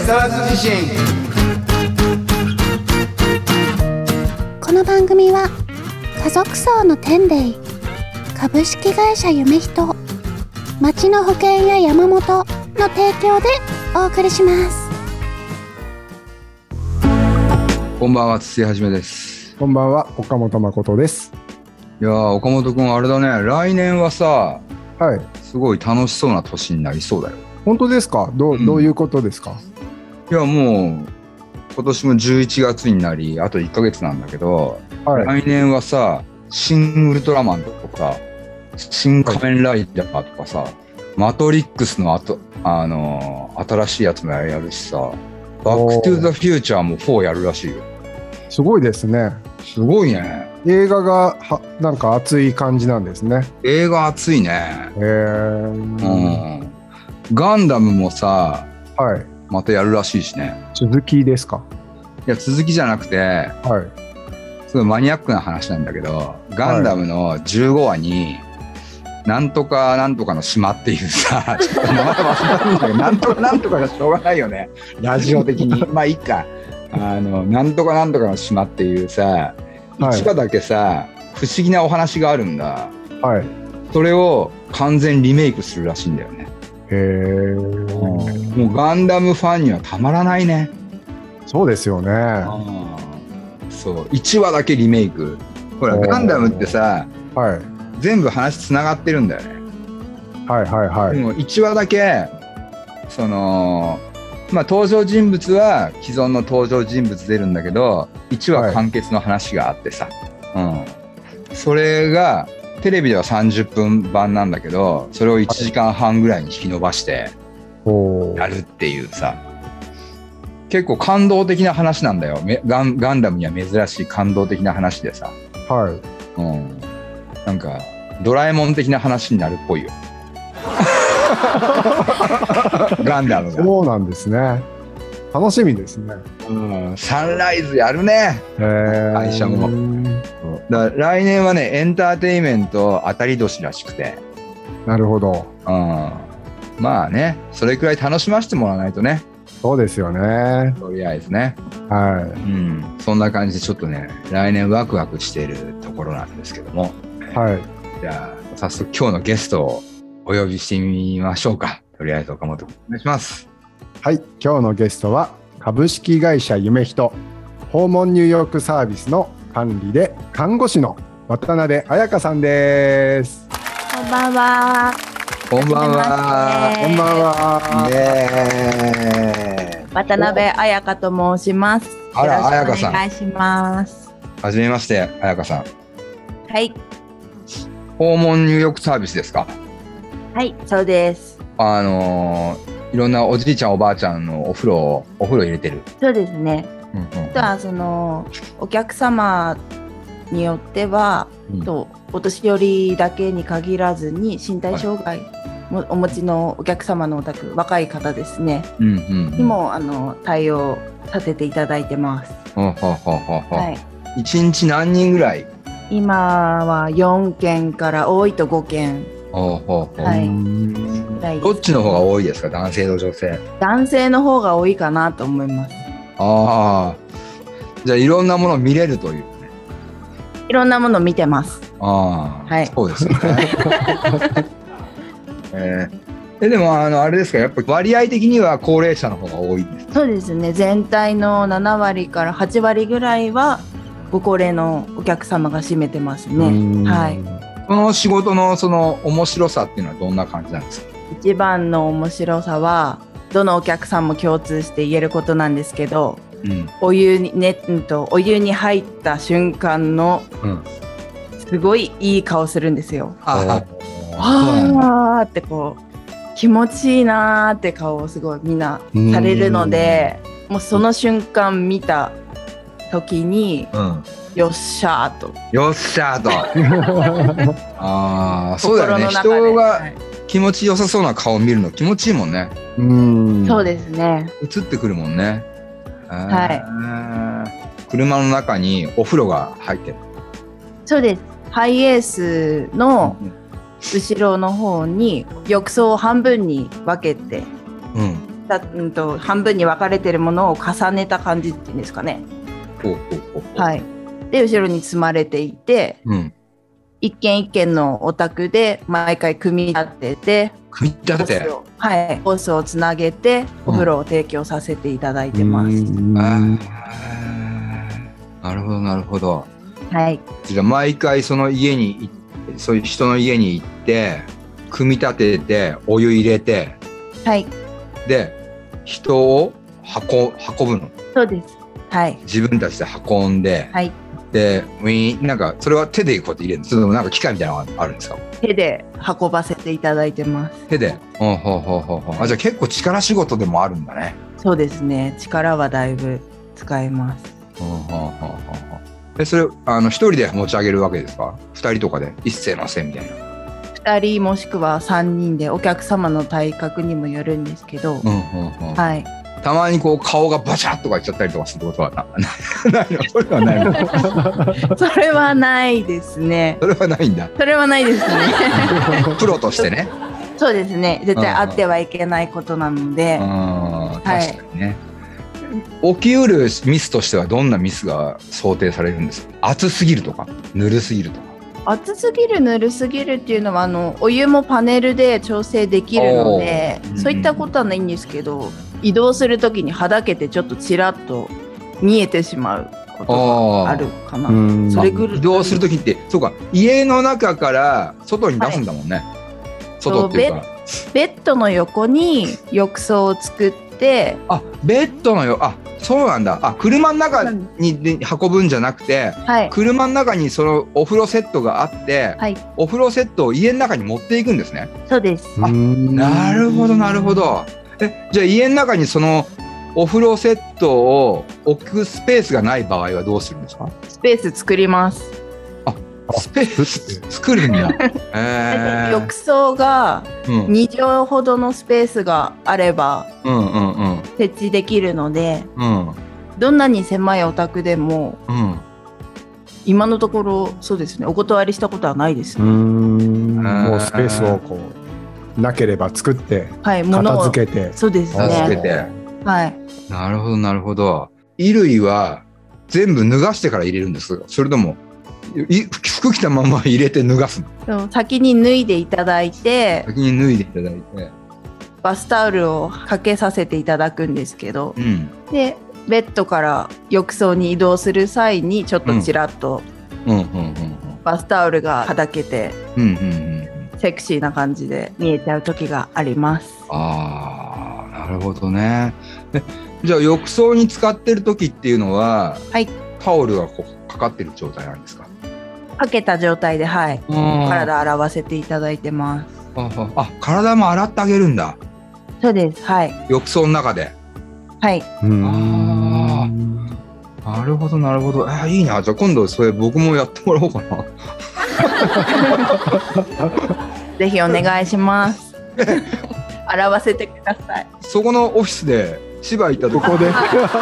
沢津地震。 この番組は家族層の天霊株式会社夢人町の保険や山本の提供でお送りします。 こんばんは、筒井はじめです。 こんばんは、岡本誠です。 いやー、岡本くんあれだね、来年はさ、 はい、 すごい楽しそうな年になりそうだよ。 本当ですか？どういうことですか？ いや、もう今年も11月になりあと1ヶ月なんだけど、はい、来年はさ、新ウルトラマンとか新仮面ライダーとかさ、はい、マトリックスの新しいやつもやるしさ、バックトゥザフューチャーも4やるらしいよ。すごいですね。 すごいね。 映画がなんか熱い感じなんですね。 映画熱いね。ガンダムもさ、はい、またやるらしいしね。 続きですか？ いや、続きじゃなくて、はい、すごいマニアックな話なんだけど、ガンダムの15話に、なんとかなんとかの島っていうさ、ちょっと名前忘れたんだけど、なんとかなんとかがしょうがないよね、ラジオ的に。まあいいか。なんとかなんとかの島っていうさ、1話だけさ、不思議なお話があるんだ。はい。それを完全リメイクするらしいんだよね。へー。もうガンダムファンにはたまらないね。 そうですよね。 そう、1話だけリメイク。ほら、ガンダムってさ、はい、全部話つながってるんだよね。はいはいはい。でも1話だけ、まあ、登場人物は既存の登場人物出るんだけど、1話完結の話があってさ、はい、それがテレビでは30分版なんだけど、それを1時間半ぐらいに引き延ばしてやるっていうさ、結構感動的な話なんだよ。ガンダムには珍しい感動的な話でさ、はい、なんかドラえもん的な話になるっぽいよ。ガンダムが。 そうなんですね。楽しみですね。 サンライズやるね。会社も。だから来年はね、エンターテインメント当たり年らしくて。 なるほど。 まあね、それくらい楽しませてもらわないとね。 そうですよね。 とりあえずね。はい。そんな感じでちょっとね、来年ワクワクしているところなんですけども。はい。じゃあ早速今日のゲストをお呼びしてみましょうか。とりあえず岡本君お願いします。 はい、今日のゲストは株式会社夢人訪問入浴サービスの管理で看護師の渡辺彩香さんです。 こんばんは。 こんばんは。 こんばんは。 渡辺彩香と申します。 あら、彩香さん。 お願いします。 はじめまして、彩香さん。 はい。 訪問入浴サービスですか？ はい、そうです。 いろんなおじいちゃんおばあちゃんのお風呂入れてる。 そうですね。あとはお客様によっては、お年寄りだけに限らずに身体障害もお持ちのお客様のお宅、若い方ですね、にも対応させていただいてます。 はい。1日何人ぐらい？ 今は4件から多いと5件。はい。 どっちの方が多いですか？男性と女性？ 男性の方が多いかなと思います。 ああ、じゃあいろんなものを見れるというね。 いろんなものを見てます。 ああ、はい。そうですよね。でもあれですか、やっぱり割合的には高齢者の方が多いんですか？ そうですね。全体の7割から8割ぐらいはご高齢のお客様が占めてますね。はい。 この仕事の面白さっていうのはどんな感じなんですか？ 一番の面白さはどのお客さんも共通して言えることなんですけど、お湯に入った瞬間の、すごいいい顔するんですよ。あーってこう気持ちいいなーって顔をすごいみんなされるので、もうその瞬間見た時に、よっしゃーと。 よっしゃーと。ああ、そうだよね。人が気持ちよさそうな顔を見るの気持ちいいもんね。 そうですね。 映ってくるもんね。 はい。 車の中にお風呂が入ってる。 そうです。ハイエースの後ろの方に浴槽を半分に分けて半分に分かれてるものを重ねた感じっていうんですかね。はい。で後ろに積まれていて、一軒一軒のお宅で毎回組み立ててホースをつなげてお風呂を提供させていただいてます。 なるほどなるほど。 はい。 じゃあ毎回そういう人の家に行って組み立ててお湯入れて、 はい。 で人を運ぶの。 そうです。はい。 自分たちで運んで、 はい。 でなんかそれは手でこうやって入れるんですけど、なんか機械みたいなのがあるんですか？ 手で運ばせていただいてます。 手で。じゃあ結構力仕事でもあるんだね。 そうですね。力はだいぶ使えます。 それ一人で持ち上げるわけですか？二人とかで一斉のせみたいな。 2人もしくは3人で、お客様の体格にもよるんですけど、はい。 たまにこう顔がバチャッとかいっちゃったりとかすることはないの？それはないの？ それはないですね。 それはないんだ。 それはないですね。 プロとしてね。 そうですね。絶対あってはいけないことなので。 確かにね。起きうるミスとしてはどんなミスが想定されるんですか？熱すぎるとかぬるすぎるとか。 熱すぎるぬるすぎるっていうのはお湯もパネルで調整できるので、そういったことはないんですけど、移動するときにはだけてちょっとちらっと見えてしまうことがあるかな。それぐらい。 移動するときってそうか、家の中から外に出すんだもんね。外っていうかベッドの横に浴槽を作って、 ベッドのそうなんだ。車の中に運ぶんじゃなくて、車の中にそのお風呂セットがあって、お風呂セットを家の中に持っていくんですね。 そうです。 なるほどなるほど。じゃあ家の中にそのお風呂セットを置くスペースがない場合はどうするんですか？ スペース作ります。 スペース作るんだ。 浴槽が2畳ほどのスペースがあれば設置できるので、どんなに狭いお宅でも今のところそうですね、お断りしたことはないですね。 もうスペースをこうなければ作って、片付けて、 そうですね。 片付けて、なるほどなるほど。衣類は全部脱がしてから入れるんですか？それとも服着たまま入れて脱がすの？ 先に脱いでいただいて、バスタオルをかけさせていただくんですけど、でベッドから浴槽に移動する際にちょっとちらっとバスタオルがはだけてセクシーな感じで見えちゃう時があります。 なるほどね。じゃあ浴槽に使ってる時っていうのは、タオルがかかってる状態なんですか？ かけた状態で、体洗わせていただいてます。 体も洗ってあげるんだ。 そうです。 浴槽の中で。なるほどなるほど。いいな。じゃあ今度それ僕もやってもらおうかな。 ぜひお願いします。洗わせてください。 そこのオフィスで千葉行ったところで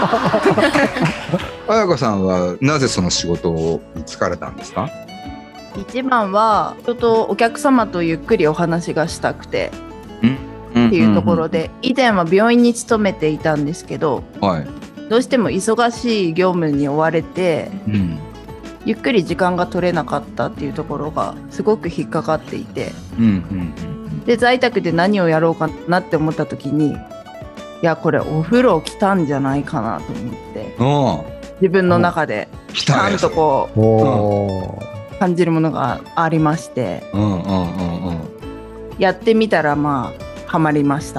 彩香さんはなぜその仕事に就かれたんですか？ 一番はちょっとお客様とゆっくりお話がしたくてっていうところで、以前は病院に勤めていたんですけど、どうしても忙しい業務に追われて、ゆっくり時間が取れなかったっていうところがすごく引っかかっていて、で在宅で何をやろうかなって思った時に、いやこれお風呂来たんじゃないかなと思って、自分の中でちゃんとこう感じるものがありまして、やってみたらハマりました。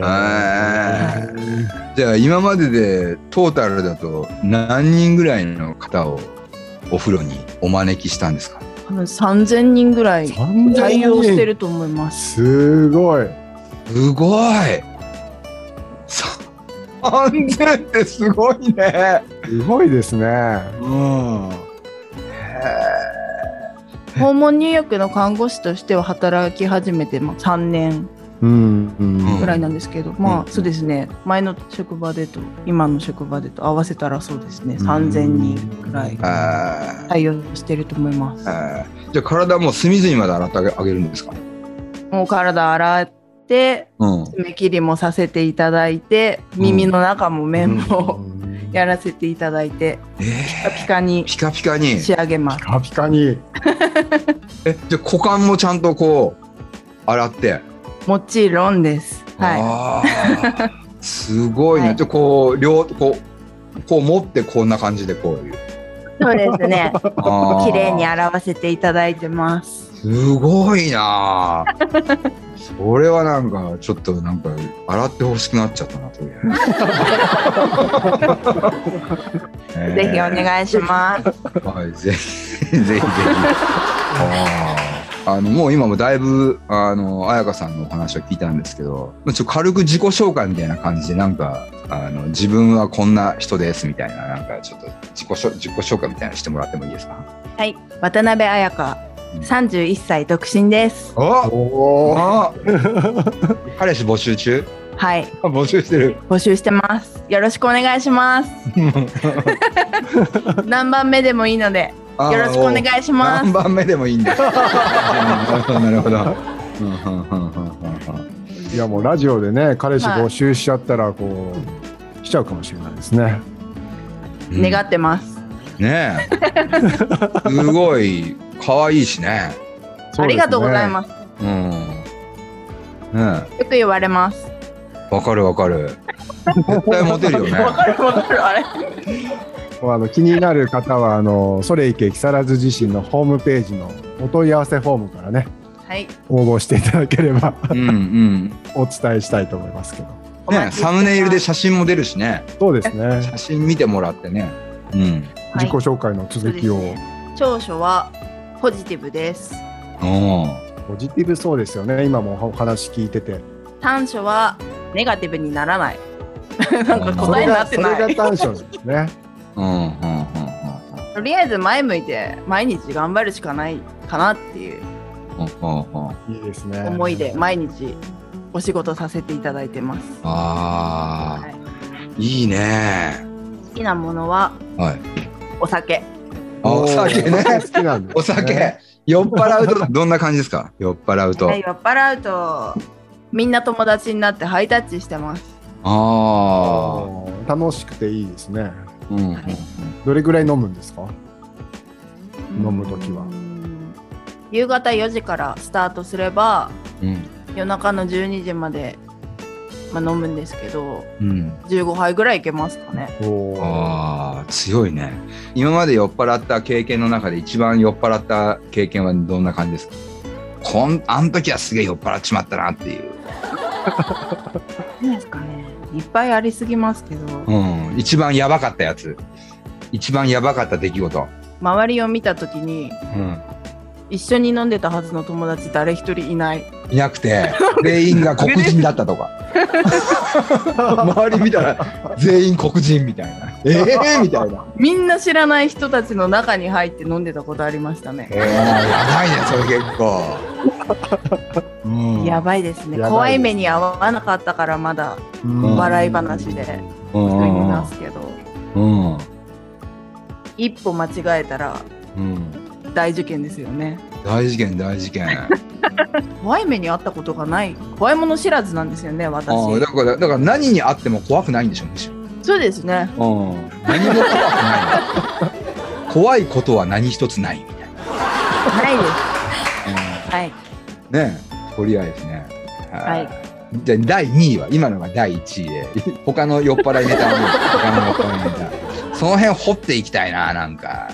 じゃあ今まででトータルだと何人ぐらいの方をお風呂にお招きしたんですか ？3000人ぐらい対応してると思います。 すごい。 すごい。3000ってすごいね。 すごいですね。 訪問入浴の看護師としては働き始めて3年ぐらいなんですけど、そうですね、前の職場でと今の職場でと合わせたらそうですね、3000人ぐらい対応してると思います。 じゃあ体も隅々まで洗ってあげるんですか？ もう体洗って、爪切りもさせていただいて、耳の中も綿棒やらせていただいて、ピカピカに仕上げます。 ピカピカにじゃあ股間もちゃんとこう洗って？ もちろんです。はい。 すごいね。じゃあこうこう持ってこんな感じでこういう。 そうですね。綺麗に洗わせていただいてます。 すごいな。それはなんかちょっとなんか洗ってほしくなっちゃったなという。 ぜひお願いします。 はい、ぜひ。もう今もだいぶ彩香さんのお話を聞いたんですけど、ちょっと軽く自己紹介みたいな感じでなんか自分はこんな人ですみたいな、なんかちょっと自己紹介みたいなのしてもらってもいいですか？ はい、渡辺彩香、31歳独身です。 彼氏募集中？ はい。 募集してる。 募集してます。よろしくお願いします。何番目でもいいのでよろしくお願いします。 何番目でもいいんだ。なるほど。 いやもうラジオでね、彼氏募集しちゃったらこう来ちゃうかもしれないですね。 願ってます。 ねえ。すごい可愛いしね。 ありがとうございます。よく言われます。 わかる。絶対モテるよね。 わかる。あれ。 気になる方はそれいけ木更津地震のホームページのお問い合わせフォームからね、はい、応募していただければお伝えしたいと思いますけどね。サムネイルで写真も出るしね。 そうですね。 写真見てもらってね、 自己紹介の続きを。 長所はポジティブです。 ポジティブそうですよね。今もお話聞いてて。 短所はネガティブにならない。なんか答えになってない。 それが短所ですね。 とりあえず前向いて毎日頑張るしかないかなっていういいですね。 思いで毎日お仕事させていただいてます。 いいね。 好きなものは、お酒。 お酒ね。 好きなんですね。 お酒。酔っ払うとどんな感じですか？酔っ払うと。 酔っ払うとみんな友達になってハイタッチしてます。 楽しくていいですね。どれぐらい飲むんですか？飲むときは夕方4時からスタートすれば、夜中の12時まで、飲むんですけど、15杯ぐらいいけますかね。 強いね。今まで酔っ払った経験の中で一番酔っ払った経験はどんな感じですか？あの時はすげえ酔っ払っちまったなっていう。 何ですかね。いっぱいありすぎますけど、 一番やばかったやつ、一番やばかった出来事。 周りを見た時に、一緒に飲んでたはずの友達誰一人いなくて全員が黒人だったとか周り見たら全員黒人みたいなみたいな。 みんな知らない人たちの中に入って飲んでたことありましたね。 やばいね、それ結構。 やばいですね。怖い目に遭わなかったからまだ笑い話で作りますけど、一歩間違えたら大事件ですよね。 大事件怖い目に遭ったことがない、怖いもの知らずなんですよね、私。 だから何にあっても怖くないんでしょ、むしろ。 そうですね。 何も怖くない怖いことは何一つないみたいな。 ないです。はいね、とりあえずね。 はい。 じゃあ第2位は、今のが第1位で他の酔っ払いネタもその辺掘っていきたいな。なんか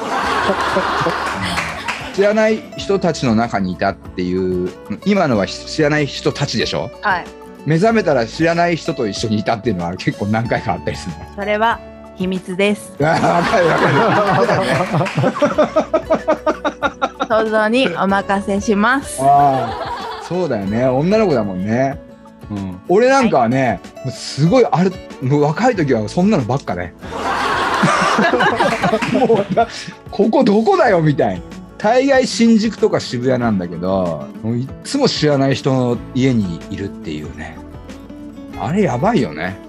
知らない人たちの中にいたっていう。今のは知らない人たちでしょ。 はい。 目覚めたら知らない人と一緒にいたっていうのは結構何回かあったりする。 それは秘密です。 わかる。想像にお任せします。 そうだよね、女の子だもんね。俺なんかはね、すごいもう若い時はそんなのばっかね。もうここどこだよみたいな。大概新宿とか渋谷なんだけど、もういつも知らない人の家にいるっていうね。あれやばいよね。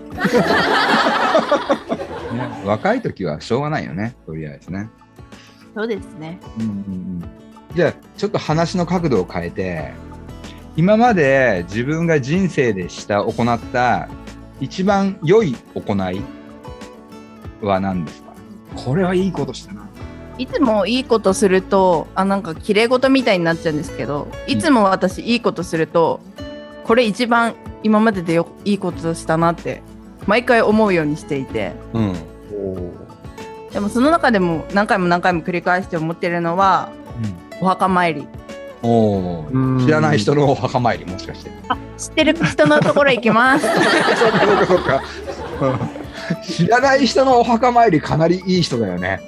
若い時はしょうがないよね、とりあえずね。 そうですね。 じゃあちょっと話の角度を変えて、 今まで自分が人生で行った一番良い行いは何ですか？これはいいことしたな。 いつもいいことするとなんか綺麗事みたいになっちゃうんですけど、いつも私いいことするとこれ一番今まででいいことしたなって毎回思うようにしていて、うん、でもその中でも何回も繰り返して思ってるのは、お墓参り。 知らない人のお墓参り、もしかして。 知ってる人のところ行きます。 そうか知らない人のお墓参り、かなりいい人だよね。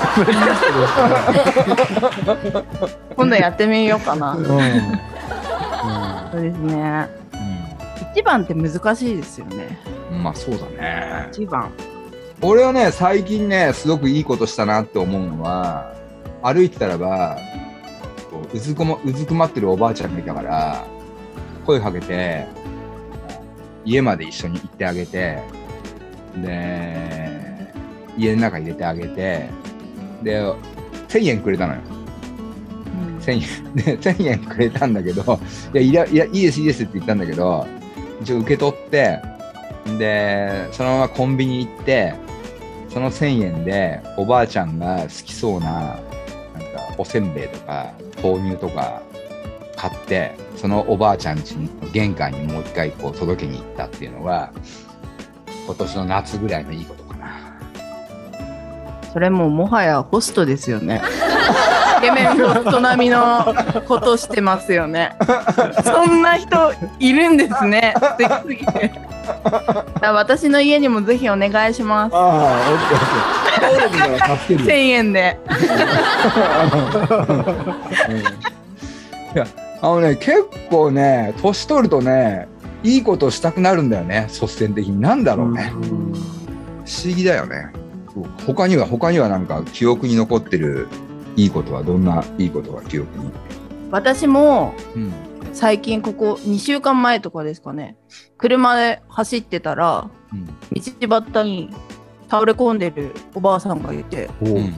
今度やってみようかな。そうですね。一番って難しいですよね。 まあそうだね。 一番。 俺はね、最近ね、すごくいいことしたなって思うのは、歩いてたらばうずくまってるおばあちゃんがいたから、声かけて家まで一緒に行ってあげて、で家の中入れてあげて、で1000円くれたのよ。1000円で1000円くれたんだけど、いやいいですって言ったんだけど、一応受け取って、でそのままコンビニ行って、その1000円でおばあちゃんが好きそうななんかおせんべいとか豆乳とか買って、そのおばあちゃん家の玄関にもう一回こう届けに行ったっていうのが今年の夏ぐらいのいいことかな。 それもはやホストですよね。イケメンホスト並みのことしてますよね。そんな人いるんですね。素敵すぎて。私の家にもぜひお願いします。1000円で。 いや、結構ね、年取るとね、いいことしたくなるんだよね、率先的に。なんだろうね。不思議だよね。他にはなんか記憶に残ってるいいことは、どんないいことが記憶に？ 私も、最近ここ2週間前とかですかね、車で走ってたら、道端に倒れ込んでるおばあさんがいて、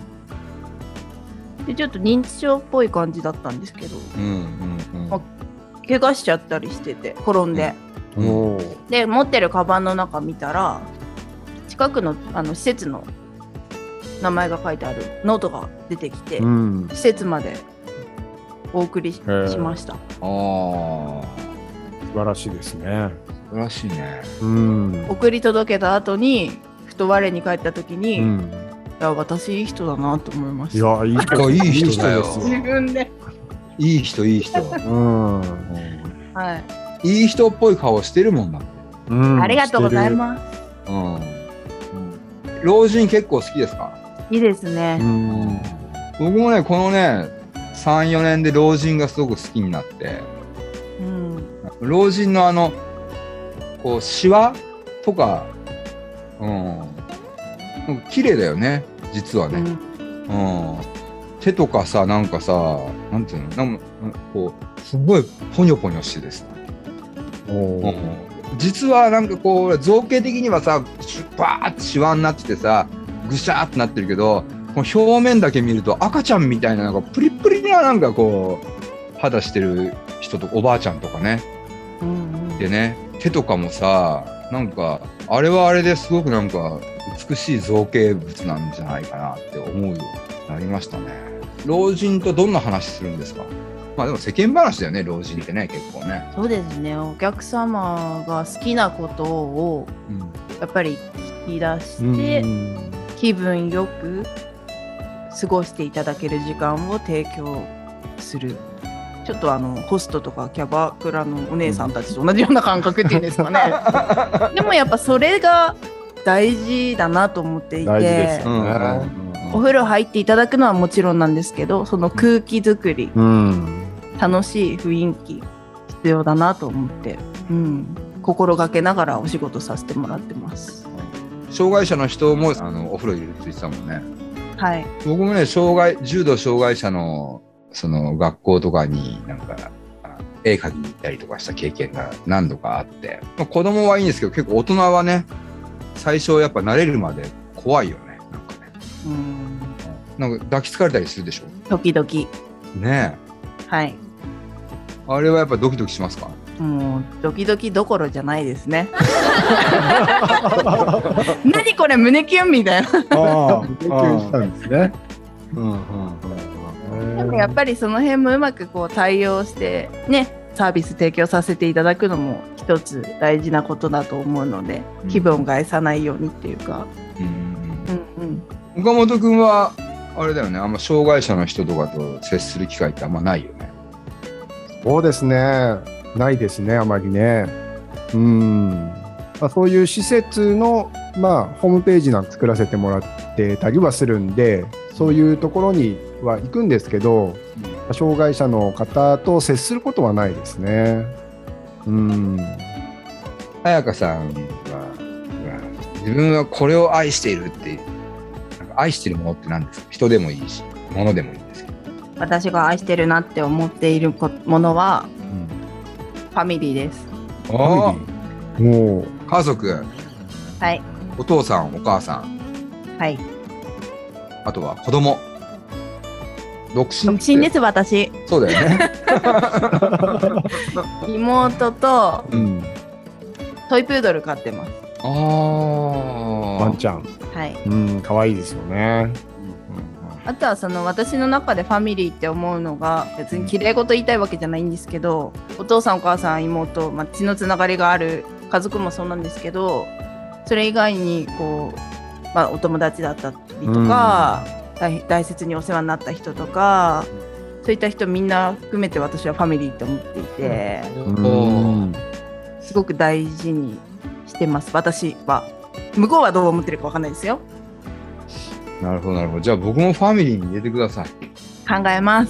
でちょっと認知症っぽい感じだったんですけど、怪我しちゃったりしてて、転んで、で持ってるカバンの中見たら、近くの施設の名前が書いてあるノートが出てきて、施設までお送りしました。 素晴らしいですね。 素晴らしいね。 送り届けた後にふと我に返った時に、いや私いい人だなと思いました。 いや、いい人だよ。 自分でいい人。 はい。 いい人っぽい顔してるもんだって。 ありがとうございます。 老人結構好きですか？ いいですね。 僕もね、このね 3,4 年で老人がすごく好きになって、老人のこうシワとか、綺麗だよね、実はね。手とかさ、なんかさ、なんていうの、なんかこうすごいポニョポニョしてですね。実はなんかこう造形的にはさ、バーッとシワになっててさ、ぐしゃーってなってるけど、この表面だけ見ると赤ちゃんみたいな、なんかプリプリななんかこう肌してる人とおばあちゃんとかね、でね、手とかもさ、なんかあれはあれですごくなんか美しい造形物なんじゃないかなって思うようになりましたね。老人とどんな話するんですか？まあでも世間話だよね、老人ってね、結構ね。 そうですね、お客様が好きなことをやっぱり聞き出して、気分よく過ごしていただける時間を提供する。ちょっとホストとかキャバクラのお姉さんたちと同じような感覚っていうんですかね。でもやっぱそれが大事だなと思っていて、お風呂入っていただくのはもちろんなんですけど、その空気作り、楽しい雰囲気必要だなと思って、心がけながらお仕事させてもらってます。 障害者の人もお風呂入れるって言ってたもんね。 はい。 僕もね、重度障害者のその学校とかになんか絵描きに行ったりとかした経験が何度かあって、子供はいいんですけど、結構大人はね、最初やっぱ慣れるまで怖いよね。なんかね。なんか抱きつかれたりするでしょ。 時々。 ねえ。はい。 あれはやっぱドキドキしますか？ もうドキドキどころじゃないですね。何これ胸キュンみたいな。 胸キュンしたんですね。 でもやっぱりその辺もうまくこう対応してね、サービス提供させていただくのも一つ大事なことだと思うので、気分を害さないようにっていうか。 岡本君はあれだよね、あんま障害者の人とかと接する機会ってあんまないよね。 そうですね、ないですね、あまりね。そういう施設の、ホームページなんか作らせてもらってたりはするんで、そういうところには行くんですけど、障害者の方と接することはないですね。 彩香さんは自分はこれを愛しているって、なんか愛しているものって何ですか？人でもいいし、物でもいいんですけど。 私が愛してるなって思っているものは、ファミリーです。 もう家族。 はい。 お父さん、お母さん。 はい。 あとは子供。独身です、私。 そうだよね。 妹と、トイプードル飼ってます。 ワンちゃん。 はい。 可愛いですよね。 あとはその私の中でファミリーって思うのが、別に綺麗事言いたいわけじゃないんですけど、お父さんお母さん妹、血のつながりがある家族もそうなんですけど、それ以外にこう、お友達だったりとか、大切にお世話になった人とか、そういった人みんな含めて私はファミリーって思っていて、すごく大事にしてます、私は。向こうはどう思ってるか分かんないですよ。 なるほどなるほど。じゃあ僕もファミリーに入れてください。 考えます。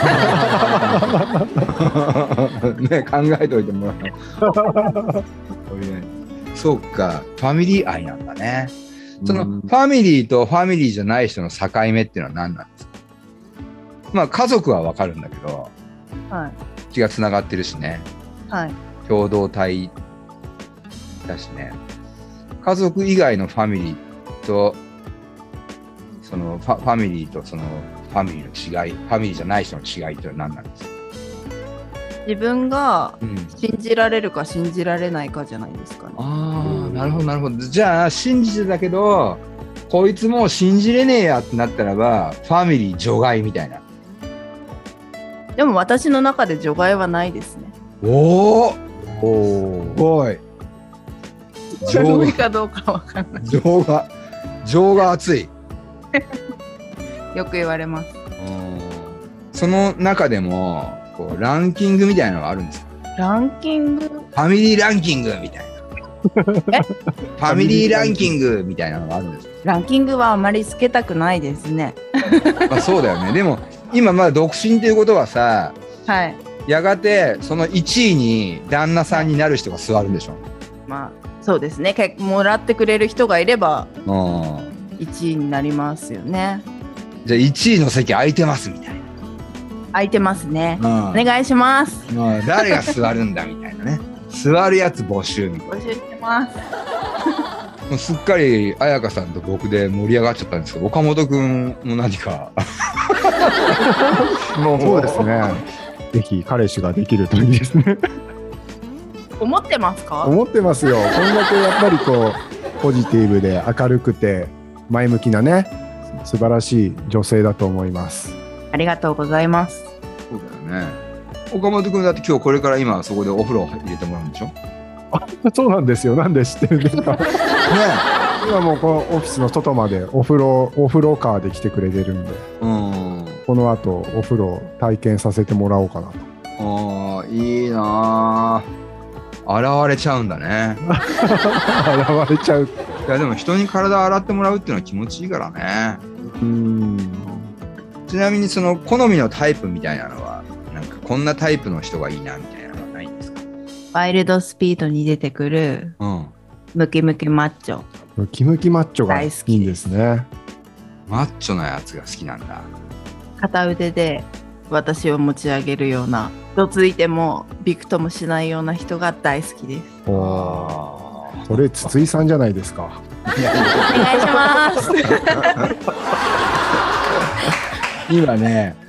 ね、考えておいてもらう。そうか、ファミリー愛なんだね。そのファミリーとファミリーじゃない人の境目っていうのは何なんですか？家族は分かるんだけど、血がつながってるしね、共同体だしね。家族以外のファミリーとそのファミリーとそのファミリーの違い、ファミリーじゃない人の違いって何なんですか？ 自分が信じられるか信じられないかじゃないですかね。 なるほどなるほど。じゃあ信じてたけどこいつもう信じれねえやってなったらばファミリー除外みたいな。 でも私の中で除外はないですね。 おい除外かどうかわかんない。 情が熱い。 よく言われます。 その中でもこうランキングみたいなのがあるんですか？ ランキング？ファミリーランキングみたいな。ファミリーランキングみたいなのがあるんですか？ ランキングはあまりつけたくないですね。 そうだよね。でも今まだ独身ということはさ、やがてその1位に旦那さんになる人が座るんでしょ？ そうですね。もらってくれる人がいれば1位になりますよね。 じゃあ1位の席空いてますみたいな。 空いてますね。お願いします。 誰が座るんだみたいなね。座るやつ募集みたいな。 募集してます。 もうすっかり彩香さんと僕で盛り上がっちゃったんですけど、岡本くんも何かそうですね。ぜひ彼氏ができるといいですね。 思ってますか？ 思ってますよ。こんだけやっぱりこうポジティブで明るくて前向きなね、素晴らしい女性だと思います。 ありがとうございます。 そうだよね。岡本くんだって今日これから今そこでお風呂入れてもらうんでしょ？ そうなんですよ。なんで知ってるんですか？ね、今もうこのオフィスの外までお風呂カーで来てくれてるんで、この後お風呂体験させてもらおうかなと。 いいなぁ。現れちゃうんだね。 現れちゃう。 いやでも人に体洗ってもらうっていうのは気持ちいいからね。ちなみにその好みのタイプみたいなのはなんかこんなタイプの人がいいなみたいなのはないんですか？ ワイルドスピードに出てくる、ムキムキマッチョ。 ムキムキマッチョがいいんですね。 マッチョなやつが好きなんだ。 片腕で私を持ち上げるような、どついてもびくともしないような人が大好きです。 それ筒井さんじゃないですか。 お願いします。 今ね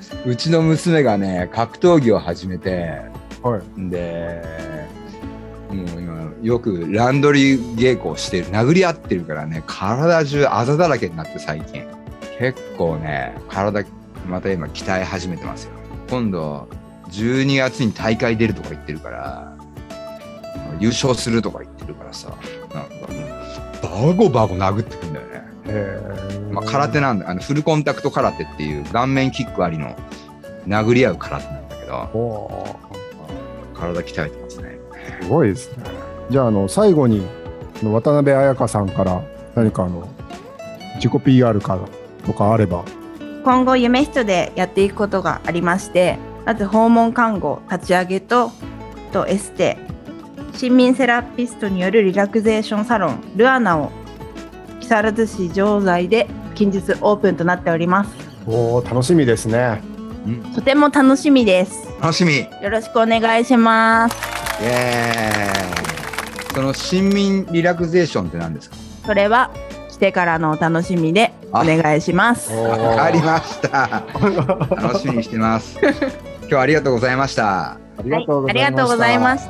うちの娘がね格闘技を始めて、 はい、 でもう今よくランドリー稽古をしてる、殴り合ってるからね、体中あざだらけになって、最近結構ね体また今鍛え始めてますよ。今度12月に大会出るとか言ってるから、優勝するとか言ってるからさ、なんかバゴバゴ殴ってくんだよね。まあ、空手なんだ、フルコンタクト空手っていう顔面キックありの殴り合う空手なんだけど、体鍛えてますね。 すごいですね。じゃあ最後に渡辺彩香さんから何か自己 PR かとかあれば。 今後夢人でやっていくことがありまして、まず訪問看護立ち上げとエステ、市民セラピストによるリラクゼーションサロンルアナを木更津市城西で近日オープンとなっております。 おー、楽しみですね。 とても楽しみです。 楽しみ。 よろしくお願いします。 イエーイ。その市民リラクゼーションって何ですか？ それは来てからのお楽しみでお願いします。 わかりました。楽しみにしてます。今日はありがとうございました。 ありがとうございました。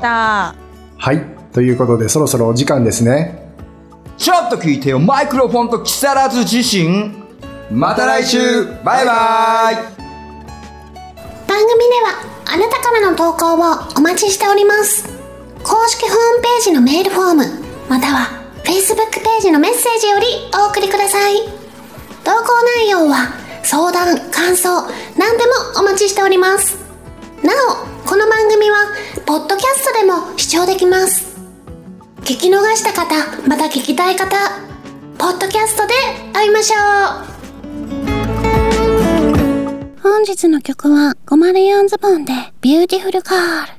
はい、ということでそろそろお時間ですね。 ちょっと聞いてよ、マイクロフォンと木更津自身。また来週、バイバイ。 番組ではあなたからの投稿をお待ちしております。公式ホームページのメールフォーム、または Facebook ページのメッセージよりお送りください。投稿内容は相談、感想、何でもお待ちしております。なお、この番組はポッドキャストでも視聴できます。聞き逃した方、また聞きたい方、ポッドキャストで会いましょう。本日の曲は504ズボンでビューティフルガール。